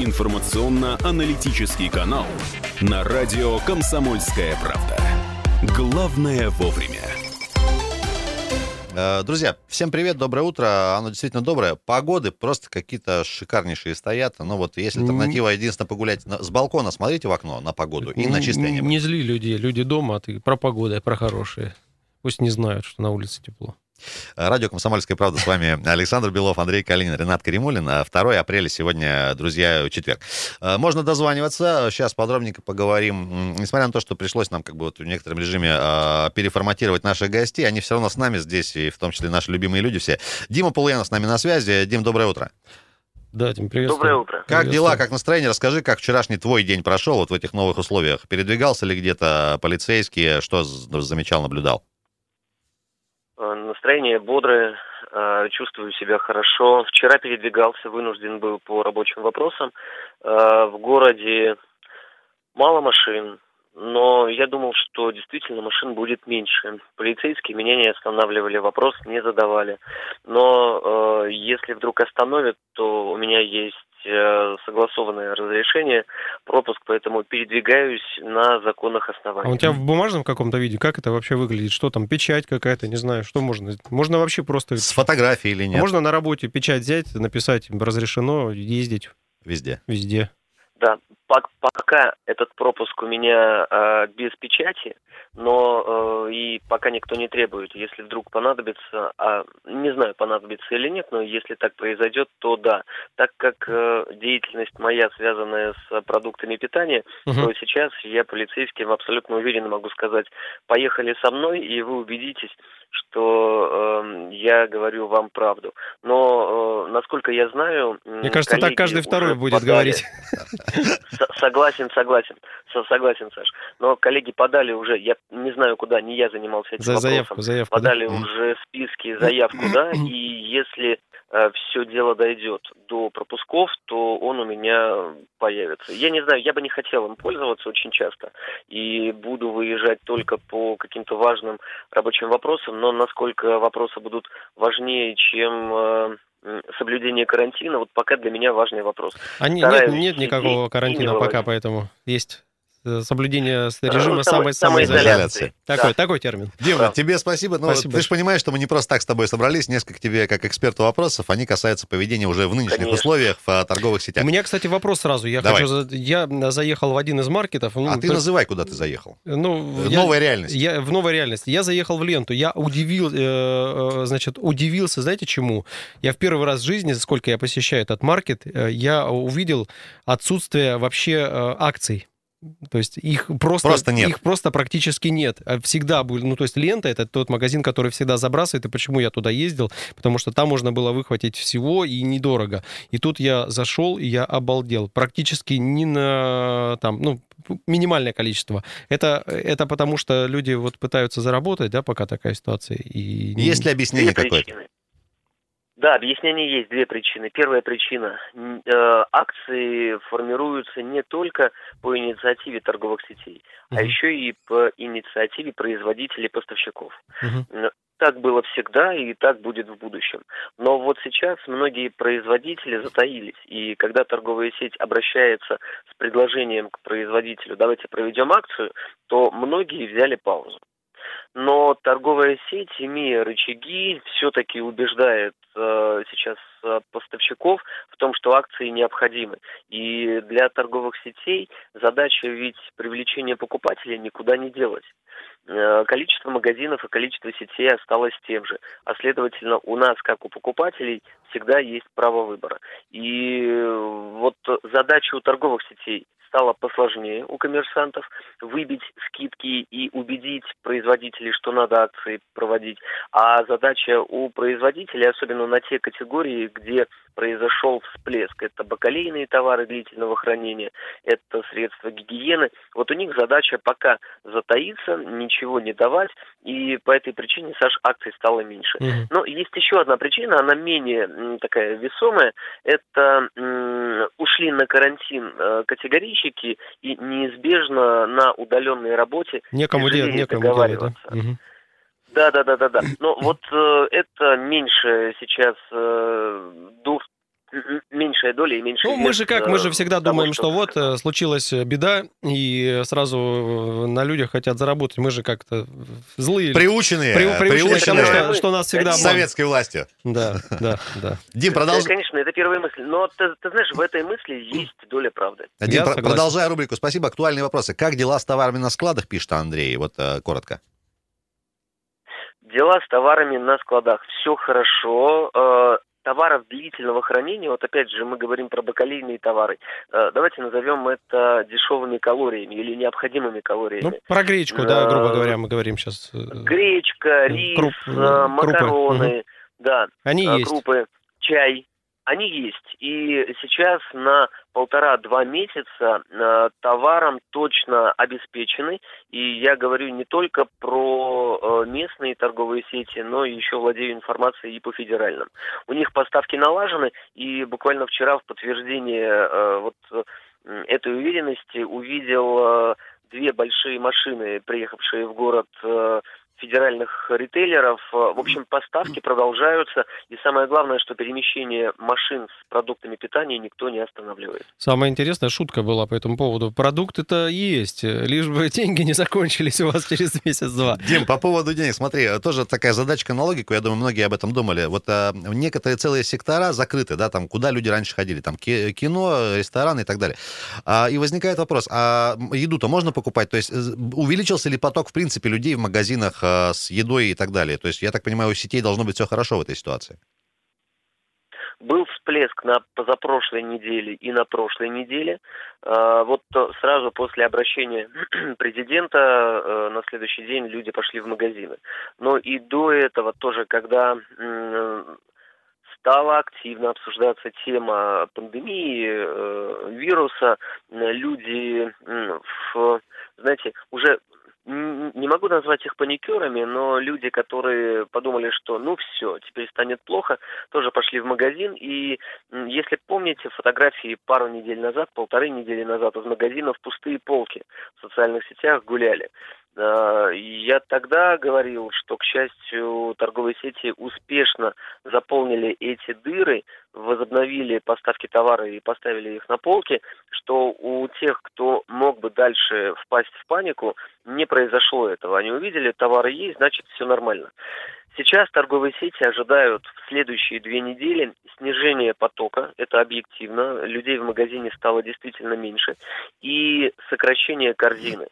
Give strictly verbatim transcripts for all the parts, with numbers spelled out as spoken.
информационно-аналитический канал на радио «Комсомольская правда». Главное вовремя. Друзья, всем привет, доброе утро. Оно действительно доброе. Погоды просто какие-то шикарнейшие стоят. Ну вот, если альтернатива единственное погулять на, с балкона, смотрите в окно на погоду и на чистое небо. Не зли людей. Люди дома, а ты про погоду, а про хорошие. Пусть не знают, что на улице тепло. Радио «Комсомольская правда». С вами Александр Белов, Андрей Калинин, Ренат Каримулин. второе апреля сегодня, друзья, четверг. Можно дозваниваться. Сейчас подробненько поговорим. Несмотря на то, что пришлось нам как бы вот в некотором режиме переформатировать наших гостей, они все равно с нами здесь, и в том числе наши любимые люди все. Дима Полуянов с нами на связи. Дим, доброе утро. Да, Дим, приветствую. Доброе утро. Как дела, как настроение? Расскажи, как вчерашний твой день прошел вот в этих новых условиях. Передвигался ли где-то полицейский? Что замечал, наблюдал? Настроение бодрое, чувствую себя хорошо. Вчера передвигался, вынужден был по рабочим вопросам. В городе мало машин, но я думал, что действительно машин будет меньше. Полицейские меня не останавливали, вопрос не задавали. Но если вдруг остановят, то у меня есть согласованное разрешение, пропуск, поэтому передвигаюсь на законных основаниях. А у тебя в бумажном каком-то виде, как это вообще выглядит? Что там, печать какая-то, не знаю, что можно? Можно вообще просто... С фотографией или нет? Можно на работе печать взять, написать, разрешено ездить. Везде? Везде. Да, пока этот пропуск у меня э, без печати, но э, и пока никто не требует. Если вдруг понадобится, а не знаю, понадобится или нет, но если так произойдет, то да. Так как э, деятельность моя связанная с продуктами питания, uh-huh. то сейчас я полицейским абсолютно уверенно могу сказать: поехали со мной, и вы убедитесь, что э, я говорю вам правду. Но, э, насколько я знаю... Мне кажется, так каждый второй будет подали... говорить. Согласен, согласен. Согласен, Саш. Но коллеги подали уже, я не знаю куда, не я занимался этим За вопросом. Заявку, заявку, подали да? уже списки, заявку, да, и если э, все дело дойдет до пропусков, то он у меня появится. Я не знаю, я бы не хотел им пользоваться очень часто, и буду выезжать только по каким-то важным рабочим вопросам, но насколько вопросы будут важнее, чем... Э, соблюдение карантина, вот пока для меня важный вопрос. А не, нет, нет никакого карантина пока, поэтому есть соблюдение режима ну, самой, самоизоляции. Такой, да. такой термин. Дима, да. тебе спасибо. Ну, спасибо. Ты же понимаешь, что мы не просто так с тобой собрались. Несколько тебе, как эксперту, вопросов. Они касаются поведения уже в нынешних Конечно. условиях в торговых сетях. У меня, кстати, вопрос сразу. Я, хочу, я заехал в один из маркетов. А ну, ты то... называй, куда ты заехал. Ну, в я, новой реальности. Я, в новой реальности. Я заехал в ленту. Я удивил, э, значит, удивился, знаете, чему? Я в первый раз в жизни, сколько я посещаю этот маркет, э, я увидел отсутствие вообще э, акций. То есть их просто, просто нет. Их просто практически нет. Всегда были, ну то есть лента — это тот магазин, который всегда забрасывает, и почему я туда ездил, потому что там можно было выхватить всего и недорого. И тут я зашел, и я обалдел. Практически ни на там, ну, минимальное количество. Это, это потому что люди вот пытаются заработать, да, пока такая ситуация. И... Есть ли объяснение какое-то? Да, объяснение есть, две причины. Первая причина. Э, акции формируются не только по инициативе торговых сетей, uh-huh. а еще и по инициативе производителей и поставщиков. Uh-huh. Так было всегда и так будет в будущем. Но вот сейчас многие производители затаились. И когда торговая сеть обращается с предложением к производителю: давайте проведем акцию, то многие взяли паузу. Но торговая сеть, имея рычаги, все-таки убеждает э, сейчас э, поставщиков в том, что акции необходимы. И для торговых сетей задача ведь привлечения покупателей никуда не делать. Э, количество магазинов и количество сетей осталось тем же. А следовательно, у нас, как у покупателей, всегда есть право выбора. И вот задача у торговых сетей стало посложнее у коммерсантов выбить скидки и убедить производителей, что надо акции проводить. А задача у производителей, особенно на те категории, где произошел всплеск, это бакалейные товары длительного хранения, это средства гигиены, вот у них задача пока затаиться, ничего не давать, и по этой причине, Саш, акций стало меньше. Mm-hmm. Но есть еще одна причина, она менее м, такая весомая, это м, ушли на карантин э, категорийщики, и неизбежно на удаленной работе некому делать, некому договариваться. Делать, да? Угу. Да, да, да, да, да. Но вот э, это меньше сейчас э, дух, меньше меньшая доля и меньше Ну, вес, мы же как, мы же э, всегда того, думаем, что вот э, случилась беда, и сразу на людях хотят заработать. Мы же как-то злые. Приученные, При- приученные к тому, приученные что, что нас всегда с обманывают. советской властью. Да, да, да. Дим, Да, продолжай. конечно, это первая мысль. Но ты, ты знаешь, в этой мысли есть доля правды. Дим, Я про- согласен. продолжая рубрику. Спасибо. Актуальные вопросы. Как дела с товарами на складах, пишет Андрей. Вот э, коротко. Дела с товарами на складах. Все хорошо. Э, Товаров длительного хранения, вот опять же мы говорим про бакалейные товары, э, давайте назовем это дешевыми калориями или необходимыми калориями. Ну, про гречку, да, грубо Э, говоря, мы говорим сейчас. Гречка, рис, Круп, э, крупы. макароны, да, Они э, есть. крупы, чай. Они есть. И сейчас на полтора-два месяца э, товаром точно обеспечены. И я говорю не только про э, местные торговые сети, но и еще владею информацией и по федеральным. У них поставки налажены, и буквально вчера в подтверждение э, вот э, этой уверенности увидел э, две большие машины, приехавшие в город э, федеральных ритейлеров. В общем, поставки продолжаются. И самое главное, что перемещение машин с продуктами питания никто не останавливает. Самая интересная шутка была по этому поводу. Продукты-то есть, лишь бы деньги не закончились у вас через месяц-два. Дим, по поводу денег, смотри, тоже такая задачка на логику, я думаю, многие об этом думали. Вот а, некоторые целые сектора закрыты, да, там, куда люди раньше ходили, там, ки- кино, рестораны и так далее. А, и возникает вопрос, а еду-то можно покупать? То есть увеличился ли поток, в принципе, людей в магазинах а, с едой и так далее? То есть, я так понимаю, у сетей должно быть все хорошо в этой ситуации. Был всплеск на позапрошлой неделе и на прошлой неделе. Вот сразу после обращения президента на следующий день люди пошли в магазины. Но и до этого тоже, когда стала активно обсуждаться тема пандемии, вируса, люди, знаете, уже... Не могу назвать их паникерами, но люди, которые подумали, что ну все, теперь станет плохо, тоже пошли в магазин. И если помните фотографии пару недель назад, полторы недели назад из магазинов пустые полки в социальных сетях гуляли. Я тогда говорил, что, к счастью, торговые сети успешно заполнили эти дыры, возобновили поставки товара и поставили их на полки, что у тех, кто мог бы дальше впасть в панику, не произошло этого. Они увидели, товары есть, значит, все нормально. Сейчас торговые сети ожидают в следующие две недели снижения потока, это объективно, людей в магазине стало действительно меньше, и сокращение корзины.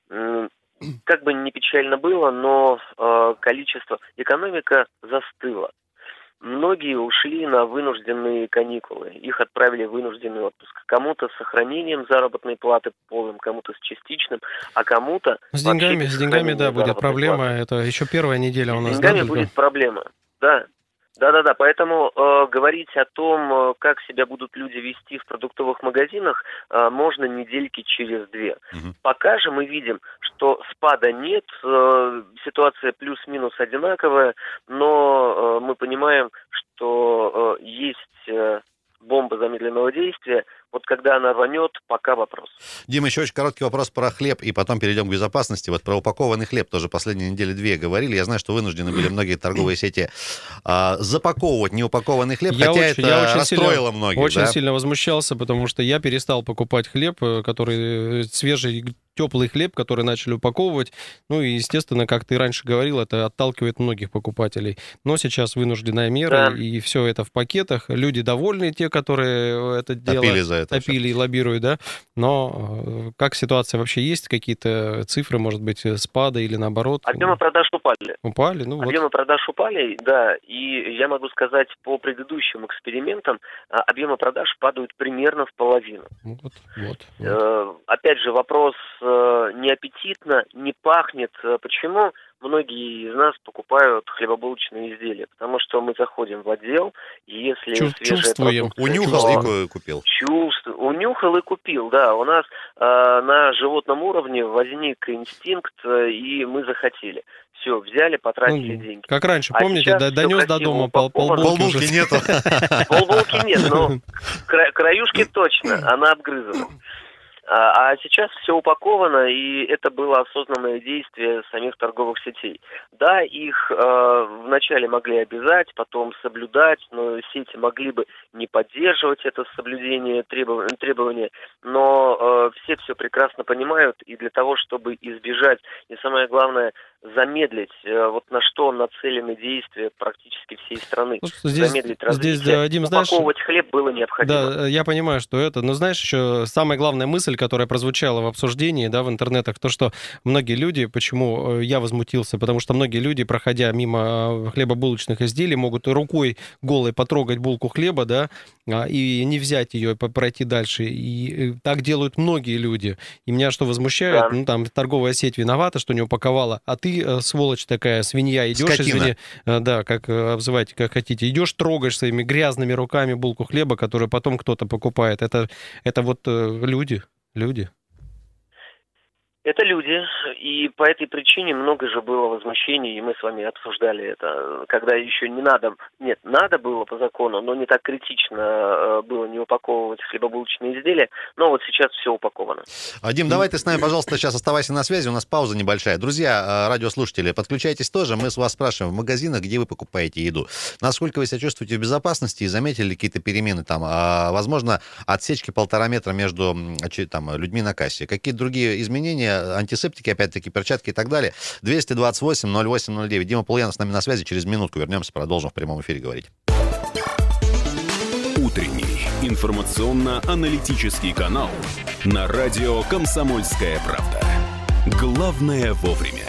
Как бы ни печально было, но э, количество... Экономика застыла. Многие ушли на вынужденные каникулы. Их отправили в вынужденный отпуск. Кому-то с сохранением заработной платы полным, кому-то с частичным, а кому-то... С деньгами, с деньгами, да, будет проблема. Платы. Это еще первая неделя у нас. С деньгами да, будет проблема, да. Да-да-да, поэтому э, говорить о том, э, как себя будут люди вести в продуктовых магазинах, э, можно недельки через две. Угу. Пока же мы видим, что спада нет, э, ситуация плюс-минус одинаковая, но э, мы понимаем, что э, есть э, бомба замедленного действия. Вот когда она рванет, пока вопрос. Дима, еще очень короткий вопрос про хлеб, и потом перейдем к безопасности. Вот про упакованный хлеб тоже последние недели две говорили. Я знаю, что вынуждены были многие торговые сети а, запаковывать неупакованный хлеб, я хотя очень, это я очень расстроило сильно, многих. Очень да? сильно возмущался, потому что я перестал покупать хлеб, который свежий, теплый хлеб, который начали упаковывать. Ну и, естественно, как ты раньше говорил, это отталкивает многих покупателей. Но сейчас вынужденная мера, да. И все это в пакетах. Люди довольны, те, которые это дело топили за это топили все. И лоббируют, да. Но как ситуация вообще есть? Какие-то цифры, может быть, спада или наоборот? Объемы продаж упали. Упали? Ну, Объемы вот. продаж упали, да. И я могу сказать, по предыдущим экспериментам объемы продаж падают примерно в половину. Вот, вот, вот. Э, опять же, вопрос э, не аппетитно, не пахнет. Почему? Многие из нас покупают хлебобулочные изделия, потому что мы заходим в отдел, и если Чув- свежая чувствуем. продукция... Унюхал то... и купил. Чувствую. Унюхал и купил, да. У нас э, на животном уровне возник инстинкт, э, и мы захотели. Все, взяли, потратили ну, деньги. Как раньше, а помните, донес до дома пол, полбулки. Полбулки нету. Полбулки нет, но краюшки точно, она обгрызана. А сейчас все упаковано, и это было осознанное действие самих торговых сетей. Да, их э, вначале могли обязать, потом соблюдать, но сети могли бы не поддерживать это соблюдение требов... требования, но э, все все прекрасно понимают, и для того, чтобы избежать, и самое главное, замедлить, э, вот на что нацелены действия практически всей страны, ну, здесь, замедлить развитие, здесь, да, Дим, упаковывать знаешь, хлеб было необходимо. Да, я понимаю, что это, но знаешь, еще самая главная мысль, которая прозвучала в обсуждении, да, в интернетах, то, что многие люди, почему я возмутился, потому что многие люди, проходя мимо хлебобулочных изделий, могут рукой голой потрогать булку хлеба, да, и не взять ее, пройти дальше. И так делают многие люди. И меня что возмущает, да. ну, там, торговая сеть виновата, что не упаковала, а ты, сволочь такая, свинья, идешь, Скотина. извини, да, как обзывайте, как хотите, идешь, трогаешь своими грязными руками булку хлеба, которую потом кто-то покупает. Это, это вот люди, люди. Это люди, и по этой причине много же было возмущений, и мы с вами обсуждали это, когда еще не надо, нет, надо было по закону, но не так критично было не упаковывать хлебобулочные изделия, но вот сейчас все упаковано. Дим, давай ты с нами, пожалуйста, сейчас оставайся на связи, у нас пауза небольшая. Друзья, радиослушатели, подключайтесь тоже, мы с вас спрашиваем в магазинах, где вы покупаете еду. Насколько вы себя чувствуете в безопасности и заметили ли какие-то перемены там, а, возможно, отсечки полтора метра между там, людьми на кассе, какие-то другие изменения, антисептики, опять-таки, перчатки и так далее. двести двадцать восемь ноль восемь ноль девять. Дима Полуянов с нами на связи. Через минутку вернемся, продолжим в прямом эфире говорить. Утренний информационно-аналитический канал на радио «Комсомольская правда». Главное вовремя.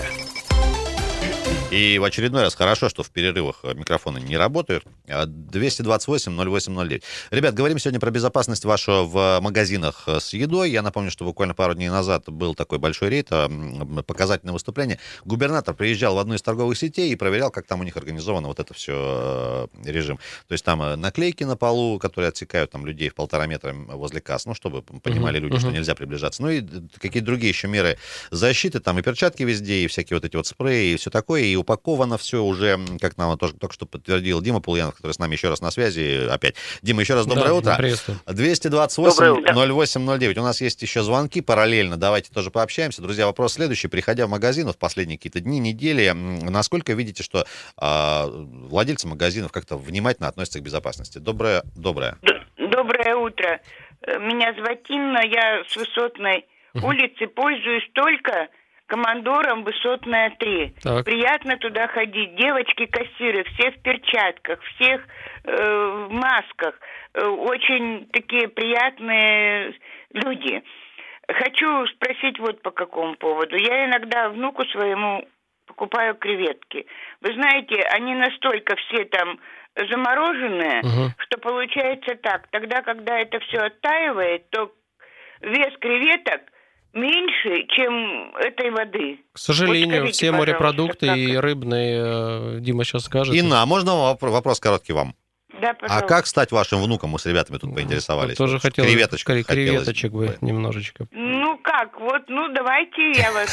И в очередной раз хорошо, что в перерывах микрофоны не работают. двести двадцать восемь ноль восемь ноль девять. Ребят, говорим сегодня про безопасность вашу в магазинах с едой. Я напомню, что буквально пару дней назад был такой большой рейд, показательное выступление. Губернатор приезжал в одну из торговых сетей и проверял, как там у них организовано вот это все режим. То есть там наклейки на полу, которые отсекают там людей в полтора метра возле касс, ну, чтобы понимали uh-huh, люди, uh-huh. что нельзя приближаться. Ну и какие-то другие еще меры защиты, там и перчатки везде, и всякие вот эти вот спреи, и все такое, и упаковано все уже, как нам тоже только что подтвердил Дима Полуянов, который с нами еще раз на связи опять. Дима, еще раз доброе да, утро. двести двадцать восемь ноль восемь ноль девять. У нас есть еще звонки параллельно, давайте тоже пообщаемся. Друзья, вопрос следующий. Приходя в магазин в последние какие-то дни, недели, насколько видите, что э, владельцы магазинов как-то внимательно относятся к безопасности? Доброе, доброе. Доброе утро. Меня зовут Инна, я с Высотной улицы, пользуюсь только Командором Высотная три. Так. Приятно туда ходить. Девочки-кассиры, все в перчатках, всех э, в масках. Э, очень такие приятные люди. Хочу спросить вот по какому поводу. Я иногда внуку своему покупаю креветки. Вы знаете, они настолько все там замороженные, угу. что получается так. Тогда, когда это все оттаивает, то вес креветок меньше, чем этой воды. К сожалению, вот все морепродукты и рыбные, Дима сейчас скажет. Инна, а можно вопрос короткий вам? Да, пожалуйста. А как стать вашим внуком? Мы с ребятами тут поинтересовались. Тоже вот, хотел креветочек, креветочек бы немножечко. Ну как, вот, ну давайте я вас...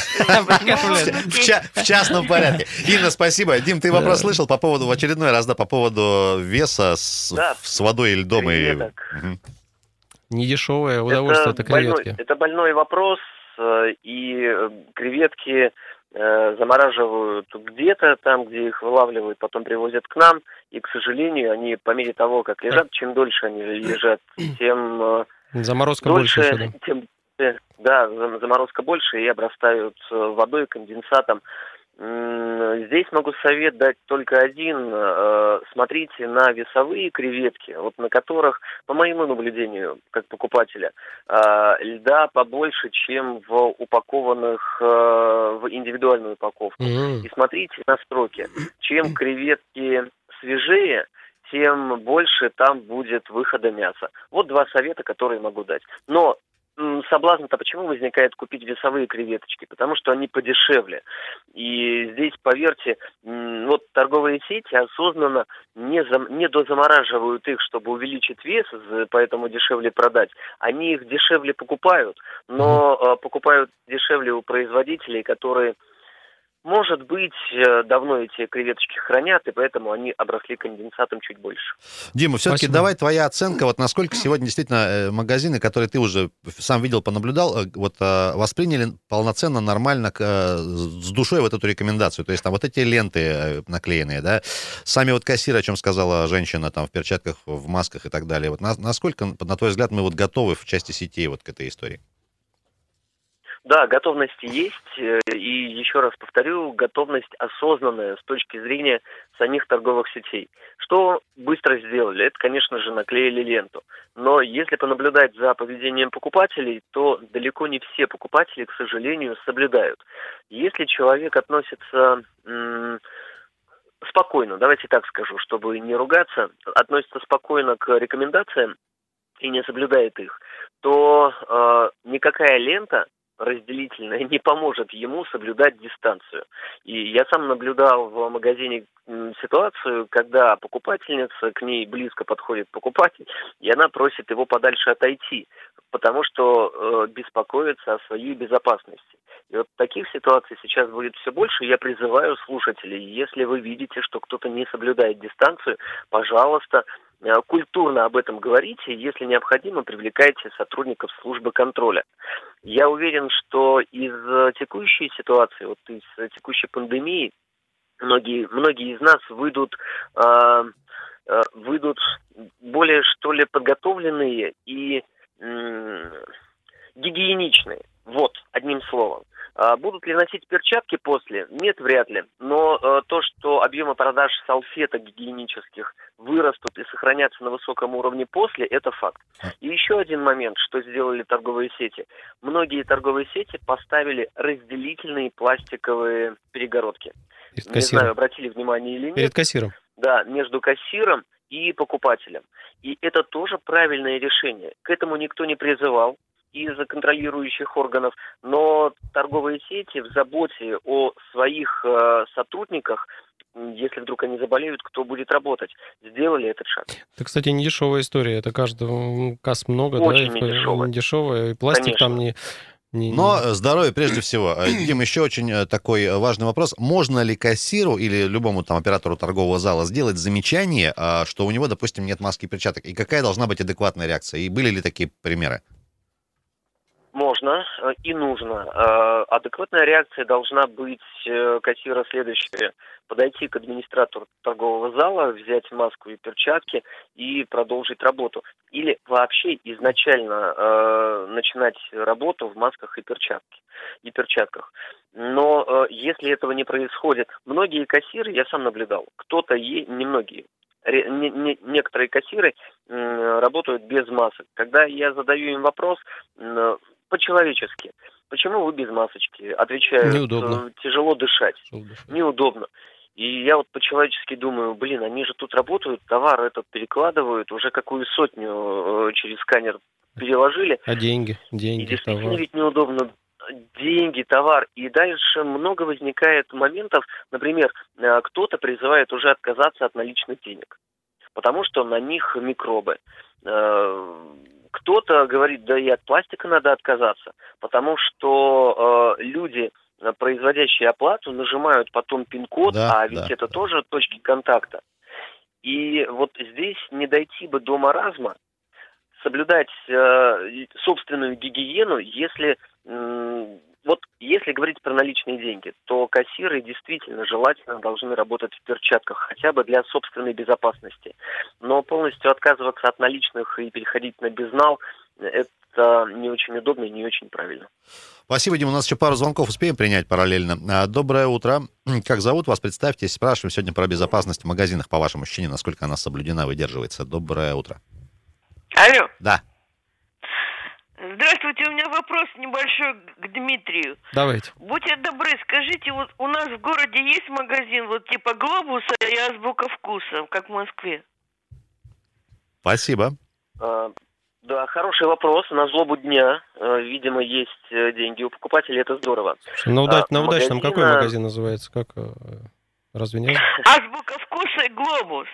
В частном порядке. Инна, спасибо. Дим, ты вопрос слышал по поводу, в очередной раз, да, по поводу веса с водой и льдом? Недешевое удовольствие, это, это креветки. Больной, это больной вопрос, и креветки э, замораживают где-то, там, где их вылавливают, потом привозят к нам, и, к сожалению, они по мере того, как лежат, чем дольше они лежат, тем заморозка дольше, больше, тем, да, заморозка больше, и обрастают водой, конденсатом. Здесь могу совет дать только один. Смотрите на весовые креветки, вот на которых, по моему наблюдению, как покупателя, льда побольше, чем в упакованных в индивидуальную упаковку. Mm-hmm. И смотрите на строки. Чем креветки свежее, тем больше там будет выхода мяса. Вот два совета, которые могу дать. Но соблазн-то почему возникает купить весовые креветочки? Потому что они подешевле. И здесь, поверьте, вот торговые сети осознанно не, зам, не дозамораживают их, чтобы увеличить вес, поэтому дешевле продать. Они их дешевле покупают, но покупают дешевле у производителей, которые Может быть, давно эти креветочки хранят, и поэтому они обросли конденсатом чуть больше. Дима, все-таки Спасибо. Давай твоя оценка, вот насколько сегодня действительно магазины, которые ты уже сам видел, понаблюдал, вот восприняли полноценно, нормально, с душой вот эту рекомендацию. То есть там вот эти ленты наклеенные, да, сами вот кассиры, о чем сказала женщина, там в перчатках, в масках и так далее. Вот насколько, на твой взгляд, мы вот готовы в части сетей вот к этой истории? Да, готовность есть, и еще раз повторю, готовность осознанная с точки зрения самих торговых сетей. Что быстро сделали? Это, конечно же, наклеили ленту. Но если понаблюдать за поведением покупателей, то далеко не все покупатели, к сожалению, соблюдают. Если человек относится м- спокойно, давайте так скажу, чтобы не ругаться, относится спокойно к рекомендациям и не соблюдает их, то э, никакая лента разделительная не поможет ему соблюдать дистанцию. И я сам наблюдал в магазине ситуацию, когда покупательница, к ней близко подходит покупатель, и она просит его подальше отойти, потому что э, беспокоится о своей безопасности. И вот таких ситуаций сейчас будет все больше. Я призываю слушателей, если вы видите, что кто-то не соблюдает дистанцию, пожалуйста, культурно об этом говорите, если необходимо, привлекайте сотрудников службы контроля. Я уверен, что из текущей ситуации, вот из текущей пандемии, многие, многие из нас выйдут, э, э, выйдут более, что ли, подготовленные и э, гигиеничные. Вот, одним словом. Будут ли носить перчатки после? Нет, вряд ли. Но э, то, что объемы продаж салфеток гигиенических вырастут и сохранятся на высоком уровне после, это факт. И еще один момент, что сделали торговые сети. Многие торговые сети поставили разделительные пластиковые перегородки. Перед Не знаю, обратили внимание или нет. Перед кассиром. Да, между кассиром и покупателем. И это тоже правильное решение. К этому никто не призывал из контролирующих органов, но торговые сети в заботе о своих э, сотрудниках, если вдруг они заболеют, кто будет работать, сделали этот шаг. Это, кстати, не дешевая история, это каждого касс много, Очень да, не дешевая. Не дешевая, и пластик Конечно. Там не... Не, Но здоровье прежде всего. Дим, еще очень такой важный вопрос. Можно ли кассиру или любому там оператору торгового зала сделать замечание, что у него, допустим, нет маски и перчаток? И какая должна быть адекватная реакция? И были ли такие примеры? Можно и нужно. Адекватная реакция должна быть кассира следующая. Подойти к администратору торгового зала, взять маску и перчатки и продолжить работу. Или вообще изначально э, начинать работу в масках и, перчатки, и перчатках. Но э, если этого не происходит, многие кассиры, я сам наблюдал, кто-то, е... не многие, ре... не, не, некоторые кассиры э, работают без масок. Когда я задаю им вопрос э, по-человечески, почему вы без масочки? Отвечают, неудобно. Тяжело дышать. Неудобно. И я вот по-человечески думаю, блин, они же тут работают, товар этот перекладывают, уже какую сотню через сканер переложили. А деньги? Деньги, И действительно товар. Ведь неудобно. Деньги, товар. И дальше много возникает моментов, например, кто-то призывает уже отказаться от наличных денег, потому что на них микробы. Кто-то говорит, да и от пластика надо отказаться, потому что э, люди, производящие оплату, нажимают потом пин-код, да, а ведь да. это тоже точки контакта. И вот здесь не дойти бы до маразма, соблюдать э, собственную гигиену, если... Э, Вот если говорить про наличные деньги, то кассиры действительно желательно должны работать в перчатках, хотя бы для собственной безопасности. Но полностью отказываться от наличных и переходить на безнал – это не очень удобно и не очень правильно. Спасибо, Дима. У нас еще пару звонков успеем принять параллельно. Доброе утро. Как зовут вас? Представьтесь. Спрашиваем сегодня про безопасность в магазинах, по вашему ощущению, насколько она соблюдена, выдерживается. Доброе утро. Алло. Да. Здравствуйте, у меня вопрос небольшой к Дмитрию. Давайте. Будьте добры, скажите, вот у нас в городе есть магазин вот типа Глобуса и Азбука вкуса, как в Москве? Спасибо. А, да, хороший вопрос. На злобу дня, видимо, есть деньги у покупателей, это здорово. На, удач... а, на удачном магазина... какой магазин называется? Как? Разве не? Азбука вкуса и Глобус.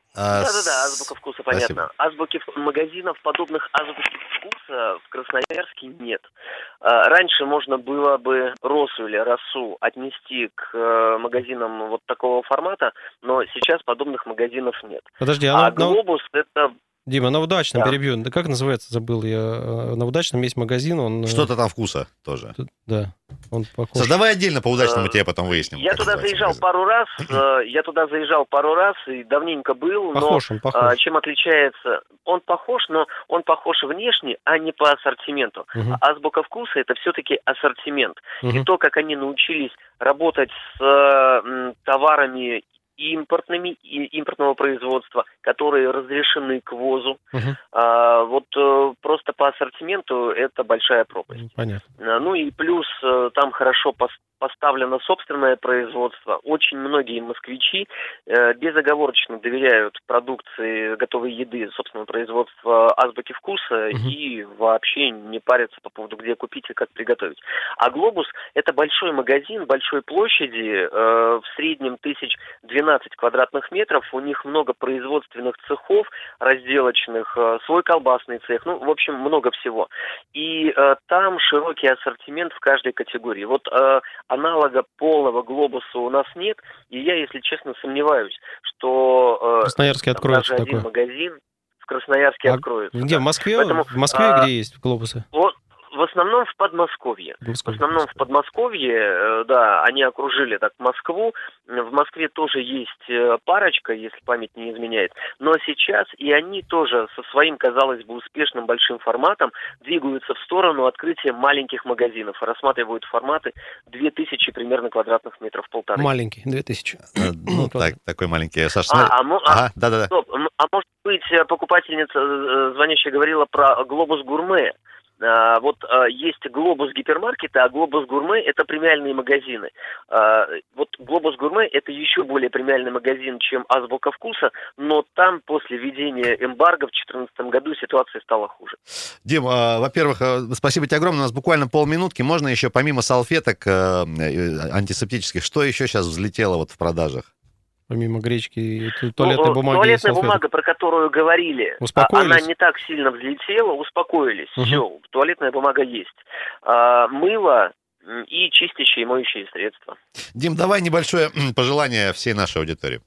Да-да-да, азбука вкуса, понятно. Азбуки магазинов, подобных азбуки вкуса в Красноярске нет. Раньше можно было бы росу или росу отнести к магазинам вот такого формата, но сейчас подобных магазинов нет. Подожди, а, а на... Глобус это... Дима, на Удачном, да. перебью. Да как называется, забыл я. На Удачном есть магазин, он... Что-то там вкуса тоже. Да, он похож. Саш, давай отдельно по Удачному тебе потом выясним. Я туда заезжал магазин. пару раз, я туда заезжал пару раз и давненько был, похож, но он похож. Чем отличается? Он похож, но он похож внешне, а не по ассортименту. Uh-huh. Азбука вкуса это все-таки ассортимент. Uh-huh. И то, как они научились работать с м, товарами импортными, и импортного производства, которые разрешены к ввозу. Uh-huh. А, вот а, просто по ассортименту это большая пропасть. Понятно. А, ну и плюс а, там хорошо пос- поставлено собственное производство. Очень многие москвичи э, безоговорочно доверяют продукции готовой еды собственного производства азбуки вкуса uh-huh. и вообще не парятся по поводу, где купить и как приготовить. А Глобус это большой магазин, большой площади, э, в среднем тысяч двенадцать квадратных метров, у них много производственных цехов, разделочных, э, свой колбасный цех, ну, в общем, много всего. И э, там широкий ассортимент в каждой категории. Вот э, аналога полного Глобуса у нас нет, и я, если честно, сомневаюсь, что э, Красноярске откроется даже такой один магазин в Красноярске а откроется. Где? В Москве? Поэтому, в Москве а, где есть Глобусы? Вот, в основном в Подмосковье. В основном в Подмосковье, да, они окружили так Москву. В Москве тоже есть парочка, если память не изменяет. Но сейчас и они тоже со своим, казалось бы, успешным большим форматом двигаются в сторону открытия маленьких магазинов. Рассматривают форматы две тысячи примерно квадратных метров, полторы. Маленький, две тысячи. Ну, так, такой маленький. Саша, а, а, ага, да-да-да. Стоп, а может быть, покупательница, звонящая, говорила про Глобус Гурме. А, вот а, есть Глобус гипермаркеты, а Глобус Гурме это премиальные магазины. А, вот Глобус Гурме это еще более премиальный магазин, чем Азбука вкуса, но там после введения эмбарго в две тысячи четырнадцатом году ситуация стала хуже. Дим, а, во-первых, спасибо тебе огромное. У нас буквально полминутки. Можно еще помимо салфеток а, антисептических, что еще сейчас взлетело вот в продажах? Помимо гречки, туалетной ну, бумаги. Туалетная бумага, про которую говорили, она не так сильно взлетела, успокоились. Угу. Все, туалетная бумага есть. А, мыло и чистящие и моющие средства. Дим, давай небольшое пожелание всей нашей аудитории.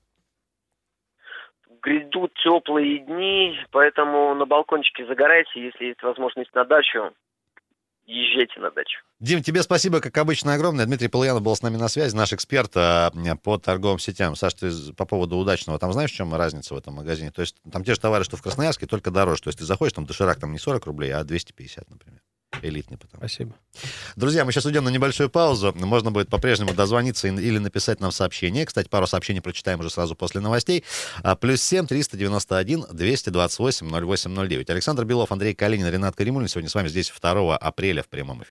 Грядут теплые дни, поэтому на балкончике загорайте, если есть возможность на дачу. Езжайте на дачу. Дим, тебе спасибо, как обычно, огромное. Дмитрий Полуянов был с нами на связи, наш эксперт по торговым сетям. Саш, ты по поводу Удачного, там знаешь, в чем разница в этом магазине? То есть там те же товары, что в Красноярске, только дороже. То есть ты заходишь, там доширак там не сорок рублей, а двести пятьдесят, например. Элитный потому. Спасибо. Друзья, мы сейчас уйдем на небольшую паузу. Можно будет по-прежнему дозвониться или написать нам сообщение. Кстати, пару сообщений прочитаем уже сразу после новостей. Плюс семь триста девяносто один двести двадцать восемь ноль восемь ноль девять. Александр Белов, Андрей Калинин, Ренат Каримуллин сегодня с вами здесь второго апреля в прямом эфире.